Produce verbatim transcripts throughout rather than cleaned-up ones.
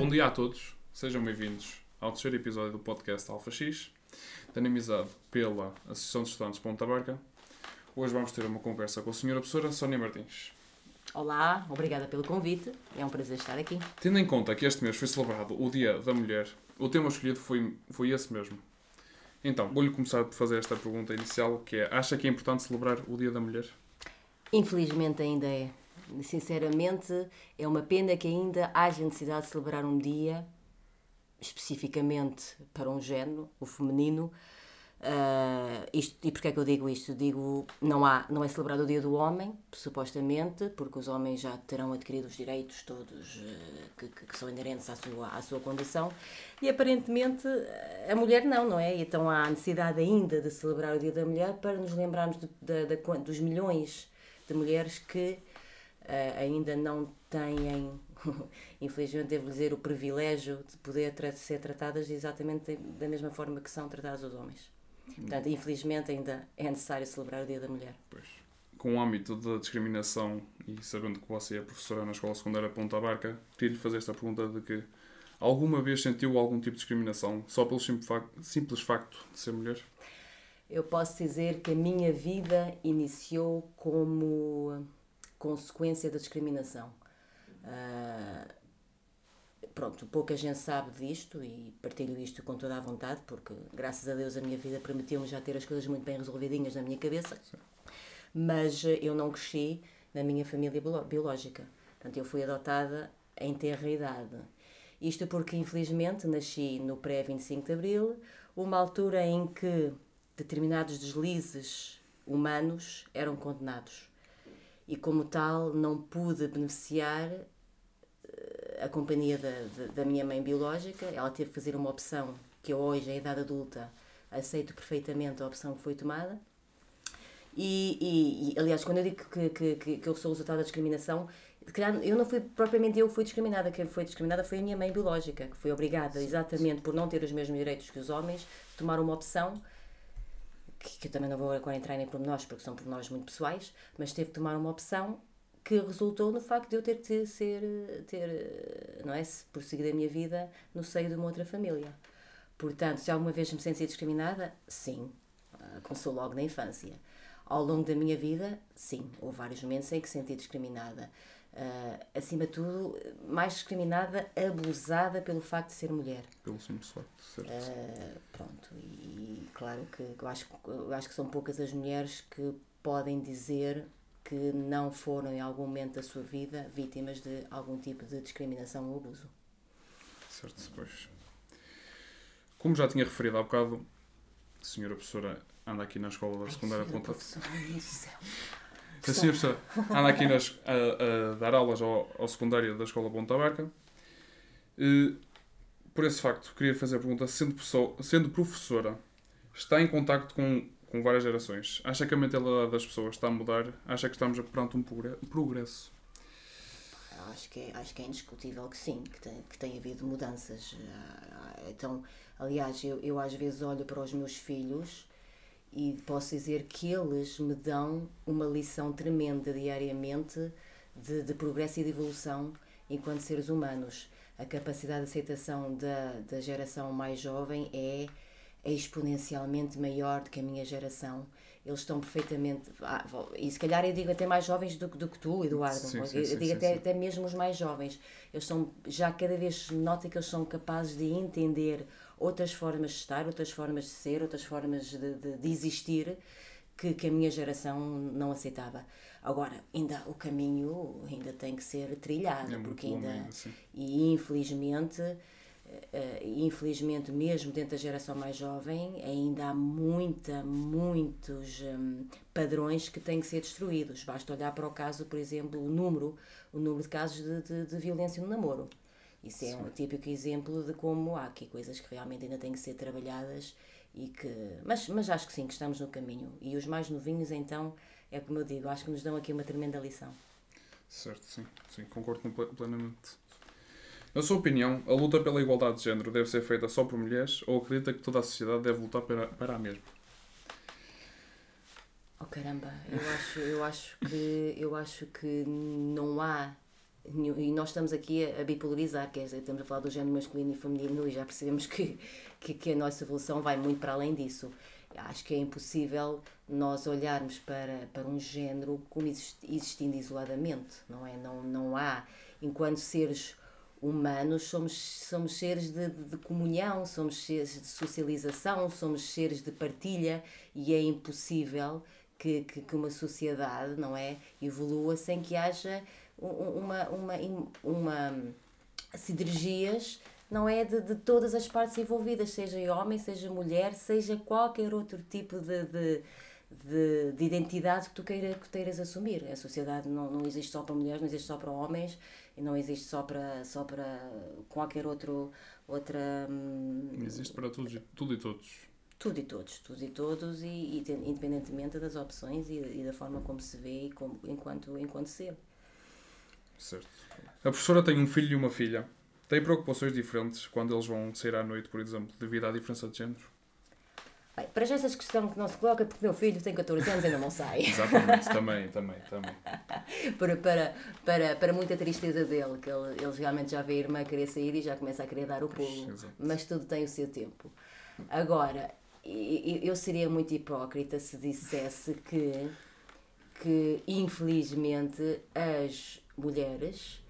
Bom dia a todos, sejam bem-vindos ao terceiro episódio do podcast Alfa X, dinamizado pela Associação de Estudantes Ponta Barca. Hoje vamos ter uma conversa com a senhora professora Sónia Martins. Olá, obrigada pelo convite, é um prazer estar aqui. Tendo em conta que este mês foi celebrado o Dia da Mulher, o tema escolhido foi, foi esse mesmo. Então, vou-lhe começar por fazer esta pergunta inicial, que é: acha que é importante celebrar o Dia da Mulher? Infelizmente ainda é. Sinceramente, é uma pena que ainda haja necessidade de celebrar um dia, especificamente para um género, o feminino. Uh, isto, e porquê é que eu digo isto? Digo, não, há, não é celebrado o Dia do Homem, supostamente, porque os homens já terão adquirido os direitos todos uh, que, que, que são inerentes à sua, à sua condição, e aparentemente a mulher não, não é? Então há necessidade ainda de celebrar o Dia da Mulher para nos lembrarmos de, de, de, dos milhões de mulheres que uh, ainda não têm, infelizmente devo dizer, o privilégio de poder tra- ser tratadas exatamente da mesma forma que são tratados os homens. Portanto, infelizmente ainda é necessário celebrar o Dia da Mulher. Pois. Com o âmbito da discriminação e sabendo que você é professora na Escola Secundária Ponta Barca, queria-lhe fazer esta pergunta de que alguma vez sentiu algum tipo de discriminação só pelo simples facto, simples facto de ser mulher? Eu posso dizer que a minha vida iniciou como consequência da discriminação. Uh, Pronto, pouca gente sabe disto e partilho isto com toda a vontade, porque graças a Deus a minha vida permitiu-me já ter as coisas muito bem resolvidinhas na minha cabeça. Sim. Mas eu não cresci na minha família biológica. Portanto, eu fui adotada em tenra idade. Isto porque, infelizmente, nasci no pré-vinte e cinco de Abril, uma altura em que determinados deslizes humanos eram condenados. E, como tal, não pude beneficiar a companhia da, da, da minha mãe biológica. Ela teve que fazer uma opção que eu hoje, à idade adulta, aceito perfeitamente a opção que foi tomada. E, e, e aliás, quando eu digo que, que, que, que eu sou o resultado da discriminação, eu não fui propriamente eu que fui discriminada. Quem foi discriminada foi a minha mãe biológica, que foi obrigada, exatamente por não ter os mesmos direitos que os homens, a tomar uma opção, que, que eu também não vou agora entrar em pormenores, porque são pormenores muito pessoais, mas teve que tomar uma opção que resultou no facto de eu ter que ser, ter, não é, prosseguir a minha vida no seio de uma outra família. Portanto, se alguma vez me senti discriminada, sim, começou logo na infância. Ao longo da minha vida, sim, houve vários momentos em que senti discriminada. Uh, acima de tudo, mais discriminada, abusada pelo facto de ser mulher. Pelo simples facto de ser. Uh, pronto, e claro que eu acho, eu acho que são poucas as mulheres que podem dizer que não foram em algum momento da sua vida vítimas de algum tipo de discriminação ou abuso. Certo, pois. Como já tinha referido há bocado, a senhora professora anda aqui na escola da Ai, secundária Ponta... A senhora professora anda aqui nas, a, a dar aulas ao, ao secundário da escola Ponta Barca. E, por esse facto, queria fazer a pergunta: sendo, pessoa, sendo professora, está em contacto com com várias gerações, acha que a mentalidade das pessoas está a mudar? Acha que estamos perante um progresso? Acho que é, acho que é indiscutível que sim, que tem, que tem havido mudanças. Então, aliás, eu, eu às vezes olho para os meus filhos e posso dizer que eles me dão uma lição tremenda diariamente de, de progresso e de evolução enquanto seres humanos. A capacidade de aceitação da, da geração mais jovem é é exponencialmente maior do que a minha geração. Eles estão perfeitamente... Ah, e se calhar eu digo até mais jovens do, do que tu, Eduardo. Sim, sim, eu sim, digo sim, até, sim. até mesmo os mais jovens. Eles são, já cada vez nota que eles são capazes de entender outras formas de estar, outras formas de ser, outras formas de, de, de existir que, que a minha geração não aceitava. Agora, ainda o caminho ainda tem que ser trilhado. É porque ainda, ainda e infelizmente... Uh, infelizmente, mesmo dentro da geração mais jovem, ainda há muita, muitos um, padrões que têm que ser destruídos. Basta olhar para o caso, por exemplo, o número, o número de casos de, de, de violência no namoro. Isso é Sim. um típico exemplo de como há aqui coisas que realmente ainda têm que ser trabalhadas, e que, mas, mas acho que sim, que estamos no caminho. E os mais novinhos, então, é como eu digo, acho que nos dão aqui uma tremenda lição. Certo, sim, sim, concordo plenamente. Na sua opinião, a luta pela igualdade de género deve ser feita só por mulheres, ou acredita que toda a sociedade deve lutar para, para a mesma? Oh caramba, eu acho, eu acho que, eu acho que não há E nós estamos aqui a, a bipolarizar, quer dizer, estamos a falar do género masculino e feminino e já percebemos que, que, que a nossa evolução vai muito para além disso. Acho que é impossível nós olharmos para, para um género como existindo isoladamente, não é? Não, não há, enquanto seres humanos, somos, somos seres de, de comunhão, somos seres de socialização, somos seres de partilha e é impossível que, que, que uma sociedade, não é, evolua sem que haja uma, uma, uma sinergias, não é, de, de todas as partes envolvidas, seja homem, seja mulher, seja qualquer outro tipo de, de, de, de identidade que tu queira, que queiras assumir. A sociedade não, não existe só para mulheres, não existe só para homens, e não existe só para, só para qualquer outro, outra... Existe para tudo, tudo e todos. Tudo e todos, tudo e todos, e, e independentemente das opções e, e da forma como se vê e como, enquanto, enquanto ser. Certo. A professora tem um filho e uma filha. Tem preocupações diferentes quando eles vão sair à noite, por exemplo, devido à diferença de géneros? Bem, para já essas questões que não se coloca, porque meu filho tem catorze anos e ainda não sai. Exatamente, também, também, também. para, para, para, para muita tristeza dele, que ele, ele realmente já vê a irmã querer sair e já começa a querer dar o pulo. Exato. Mas tudo tem o seu tempo. Agora, eu seria muito hipócrita se dissesse que, que infelizmente, as mulheres,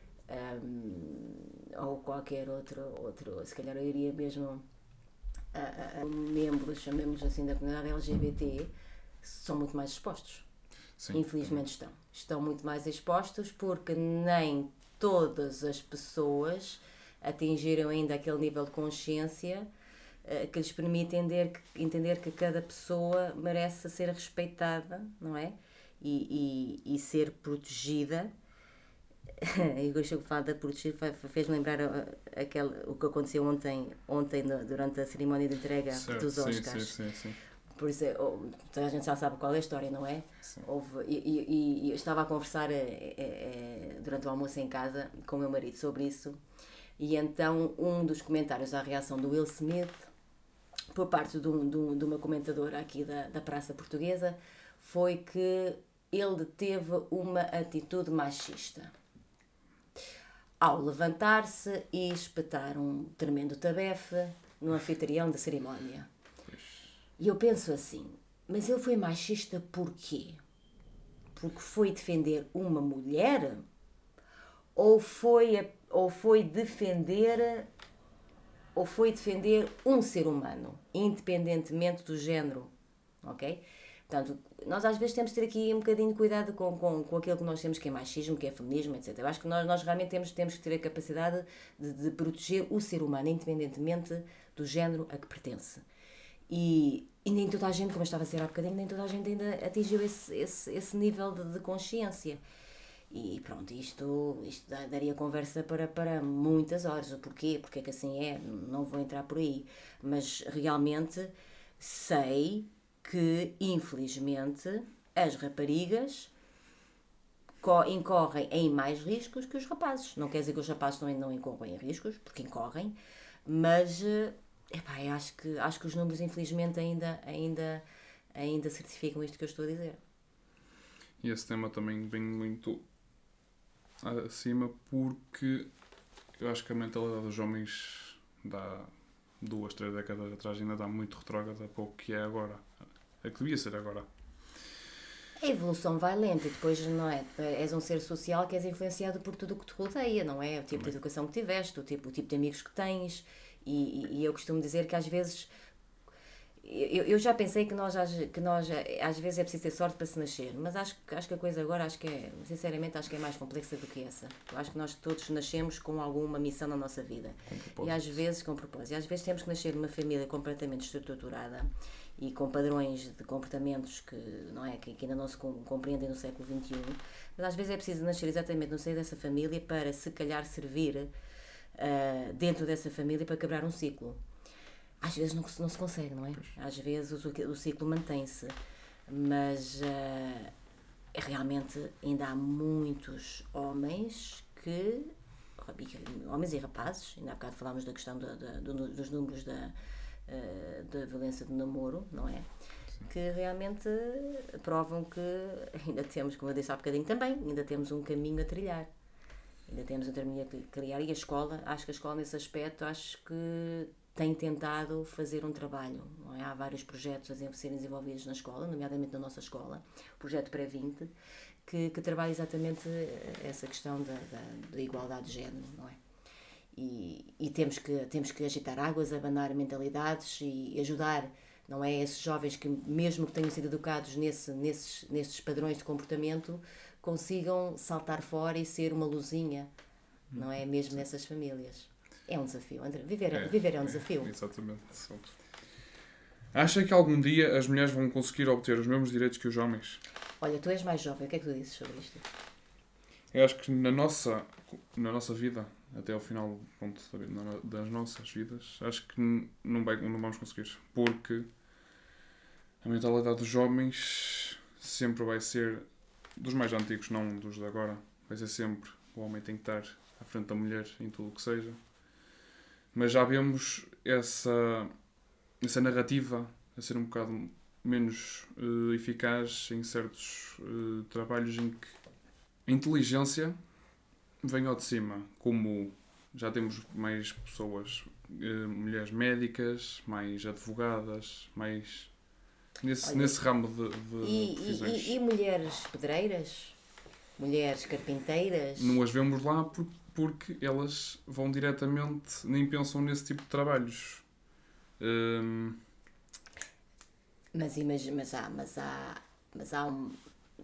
um, ou qualquer outro, outro, se calhar eu iria mesmo a, a, a membros, chamemos assim, da comunidade L G B T, são muito mais expostos. Sim. Infelizmente estão. Estão muito mais expostos porque nem todas as pessoas atingiram ainda aquele nível de consciência que lhes permite entender que, entender que cada pessoa merece ser respeitada, não é? E, e, e ser protegida. Eu gosto de falar da protegida, fez-me lembrar aquele, o que aconteceu ontem, ontem durante a cerimónia de entrega certo, dos Oscars. Sim, sim, sim. Por isso, a gente já sabe qual é a história, não é? Houve, e, e, e eu estava a conversar é, é, durante o almoço em casa com o meu marido sobre isso, e então um dos comentários à reação do Will Smith, por parte de, um, de, um, de uma comentadora aqui da, da Praça Portuguesa, foi que ele teve uma atitude machista ao levantar-se e espetar um tremendo tabefe no anfitrião da cerimónia. E eu penso assim, mas ele foi machista porquê? Porque foi defender uma mulher? Ou foi, ou foi defender... ou foi defender um ser humano, independentemente do género, ok? Portanto, nós às vezes temos de ter aqui um bocadinho de cuidado com, com, com aquilo que nós temos que é machismo, que é feminismo, etcétera. Eu acho que nós, nós realmente temos, temos que ter a capacidade de, de proteger o ser humano, independentemente do género a que pertence. E, e nem toda a gente, como eu estava a dizer há bocadinho, nem toda a gente ainda atingiu esse, esse, esse nível de, de consciência. E pronto, isto, isto daria conversa para, para muitas horas. O porquê, porque é que assim é, não vou entrar por aí. Mas realmente sei que, infelizmente, as raparigas incorrem em mais riscos que os rapazes. Não quer dizer que os rapazes não, não incorrem em riscos, porque incorrem, mas epá, eu acho, que, acho que os números, infelizmente, ainda, ainda, ainda certificam isto que eu estou a dizer. E esse tema também vem muito acima porque eu acho que a mentalidade dos homens dá duas, três décadas atrás ainda dá muito retrógrada para o que é agora. É que devia ser agora. A evolução vai lenta e depois, não é? És um ser social que és influenciado por tudo o que te rodeia, não é? O tipo também de educação que tiveste, o tipo, o tipo de amigos que tens e, e, e eu costumo dizer que às vezes Eu, eu já pensei que nós, que nós às vezes é preciso ter sorte para se nascer, mas acho, acho que a coisa agora, acho que é, sinceramente, acho que é mais complexa do que essa. Eu acho que nós todos nascemos com alguma missão na nossa vida. E às vezes, com propósito, e às vezes temos que nascer numa família completamente estruturada e com padrões de comportamentos que, não é, que, que ainda não se compreendem no século vinte e um, mas às vezes é preciso nascer exatamente no seio dessa família para, se calhar, servir uh, dentro dessa família para quebrar um ciclo. Às vezes não, não se consegue, não é? Às vezes o, o ciclo mantém-se, mas uh, realmente ainda há muitos homens que, homens e rapazes, ainda há bocado falámos da questão da, da, do, dos números da, uh, da violência do namoro, não é? Sim. Que realmente provam que ainda temos, como eu disse há bocadinho também, ainda temos um caminho a trilhar. Ainda temos um termínio a criar. E a escola, acho que a escola nesse aspecto, acho que tem tentado fazer um trabalho. Não é? Há vários projetos a serem desenvolvidos na escola, nomeadamente na nossa escola, o projeto pré vinte, que, que trabalha exatamente essa questão da, da, da igualdade de género, não é? E, e temos, que, temos que agitar águas, abanar mentalidades e ajudar, não é? Esses jovens que, mesmo que tenham sido educados nesse, nesses, nesses padrões de comportamento, consigam saltar fora e ser uma luzinha, não é? Mesmo nessas famílias. É um desafio, André. Viver é, viver é um desafio. É, exatamente. Acha que algum dia as mulheres vão conseguir obter os mesmos direitos que os homens? Olha, tu és mais jovem, o que é que tu dizes sobre isto? Eu acho que na nossa, na nossa vida, até ao final, pronto, das nossas vidas, acho que não, vai, não vamos conseguir. Porque a mentalidade dos homens sempre vai ser, dos mais antigos, não dos de agora, vai ser sempre o homem tem que estar à frente da mulher em tudo o que seja. Mas já vemos essa, essa narrativa a ser um bocado menos uh, eficaz em certos uh, trabalhos em que a inteligência vem ao de cima, como já temos mais pessoas, uh, mulheres médicas, mais advogadas, mais nesse, Olha, nesse ramo de, de e, profissões. E, e mulheres pedreiras? Mulheres carpinteiras? Não as vemos lá porque, porque elas vão diretamente, nem pensam nesse tipo de trabalhos. Um... Mas, imagina, mas há, mas há, mas há um,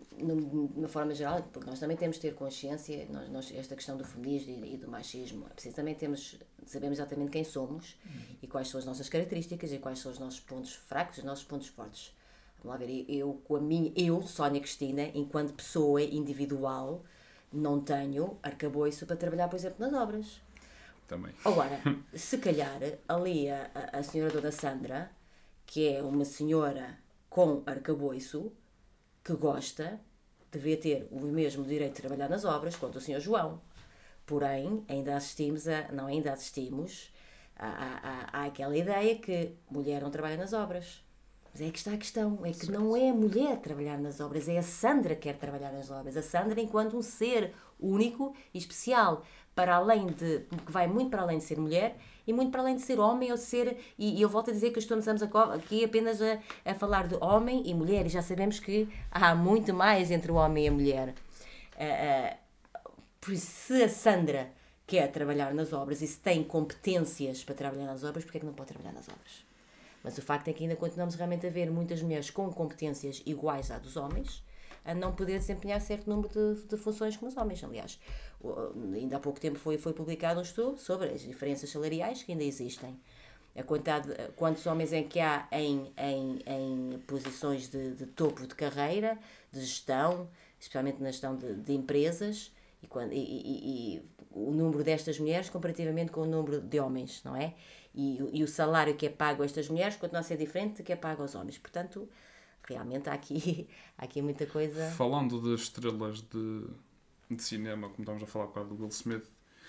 de uma forma geral, porque nós também temos de ter consciência, nós, nós, esta questão do feminismo e, e do machismo, é preciso também temos, sabemos exatamente quem somos uhum. e quais são as nossas características e quais são os nossos pontos fracos e os nossos pontos fortes. Vamos lá ver, eu, com a minha, eu, Sónia Cristina, enquanto pessoa individual, não tenho arcabouço para trabalhar, por exemplo, nas obras. Também. Agora, se calhar, ali a, a senhora Dona Sandra, que é uma senhora com arcabouço, que gosta, devia ter o mesmo direito de trabalhar nas obras quanto o senhor João. Porém, ainda assistimos a, não ainda assistimos a, a, a, àquela ideia que mulher não trabalha nas obras. Mas é que está a questão, é que certo. Não é a mulher trabalhar nas obras, é a Sandra que quer trabalhar nas obras. A Sandra enquanto um ser único e especial, para além de, que vai muito para além de ser mulher e muito para além de ser homem ou ser, e, e eu volto a dizer que estamos aqui apenas a, a falar de homem e mulher, e já sabemos que há muito mais entre o homem e a mulher. Uh, uh, por isso, se a Sandra quer trabalhar nas obras e se tem competências para trabalhar nas obras, porque é que não pode trabalhar nas obras? Mas o facto é que ainda continuamos realmente a ver muitas mulheres com competências iguais à dos homens a não poder desempenhar certo número de, de funções como os homens. Aliás, ainda há pouco tempo foi, foi publicado um estudo sobre as diferenças salariais que ainda existem. A quantidade, quantos homens é que há em, em, em posições de, de topo de carreira, de gestão, especialmente na gestão de, de empresas, e, quando, e, e, e o número destas mulheres comparativamente com o número de homens, não é? E, e o salário que é pago a estas mulheres continua a ser diferente do que é pago aos homens. Portanto, realmente há aqui, há aqui muita coisa... Falando de estrelas de, de cinema, como estamos a falar com a do Will Smith,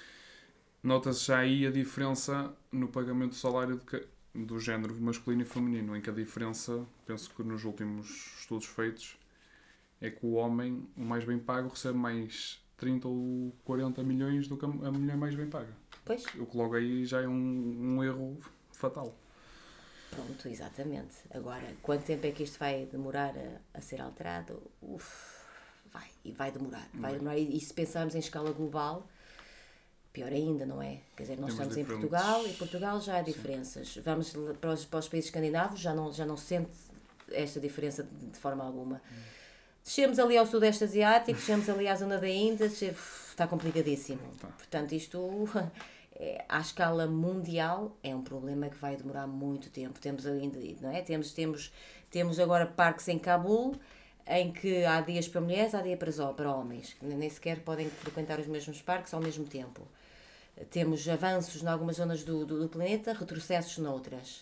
nota-se já aí a diferença no pagamento do salário de, do género masculino e feminino, em que a diferença, penso que nos últimos estudos feitos, é que o homem, o mais bem pago, recebe mais trinta ou quarenta milhões do que a mulher mais bem paga. Pois. O que logo aí já é um, um erro fatal. Pronto, exatamente. Agora, quanto tempo é que isto vai demorar a, a ser alterado? Uf, vai, e vai demorar. Vai demorar. E, e se pensarmos em escala global, pior ainda, não é? Quer dizer, nós Temos estamos diferentes... em Portugal e Portugal já há diferenças. Sim. Vamos para os, para os países escandinavos, já não, já não se sente esta diferença de, de forma alguma. Hum. Descemos ali ao Sudeste Asiático, descemos ali à zona da Índia, está complicadíssimo. Tá. Portanto, isto... É, à escala mundial é um problema que vai demorar muito tempo. Temos ainda, não é? Temos, temos, temos agora parques em Cabul em que há dias para mulheres, há dias para, para homens, que nem sequer podem frequentar os mesmos parques ao mesmo tempo. Temos avanços em algumas zonas do, do, do planeta, retrocessos noutras.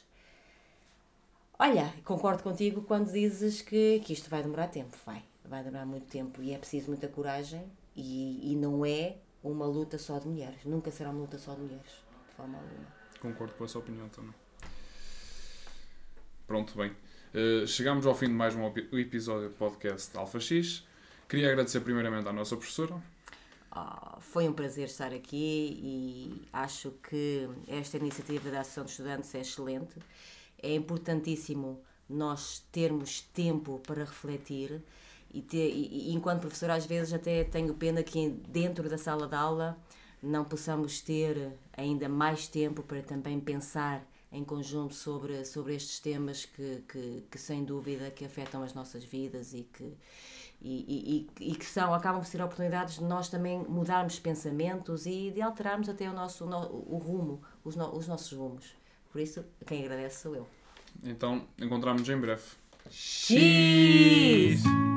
Olha, concordo contigo quando dizes que, que isto vai demorar tempo, vai. Vai demorar muito tempo e é preciso muita coragem e, e não é uma luta só de mulheres. Nunca será uma luta só de mulheres, de forma alguma. Concordo com essa opinião também. Pronto, bem. Uh, chegamos ao fim de mais um episódio do podcast Alfa X. Queria agradecer primeiramente à nossa professora. Oh, foi um prazer estar aqui e acho que esta iniciativa da Associação de Estudantes é excelente. É importantíssimo nós termos tempo para refletir e, ter, e, e enquanto professor às vezes até tenho pena que dentro da sala de aula não possamos ter ainda mais tempo para também pensar em conjunto sobre, sobre estes temas que, que, que sem dúvida que afetam as nossas vidas e que, e, e, e que são, acabam por ser oportunidades de nós também mudarmos pensamentos e de alterarmos até o, nosso, o, o rumo, os, no, os nossos rumos. Por isso, quem agradece sou eu. Então, encontramos-nos em breve. X!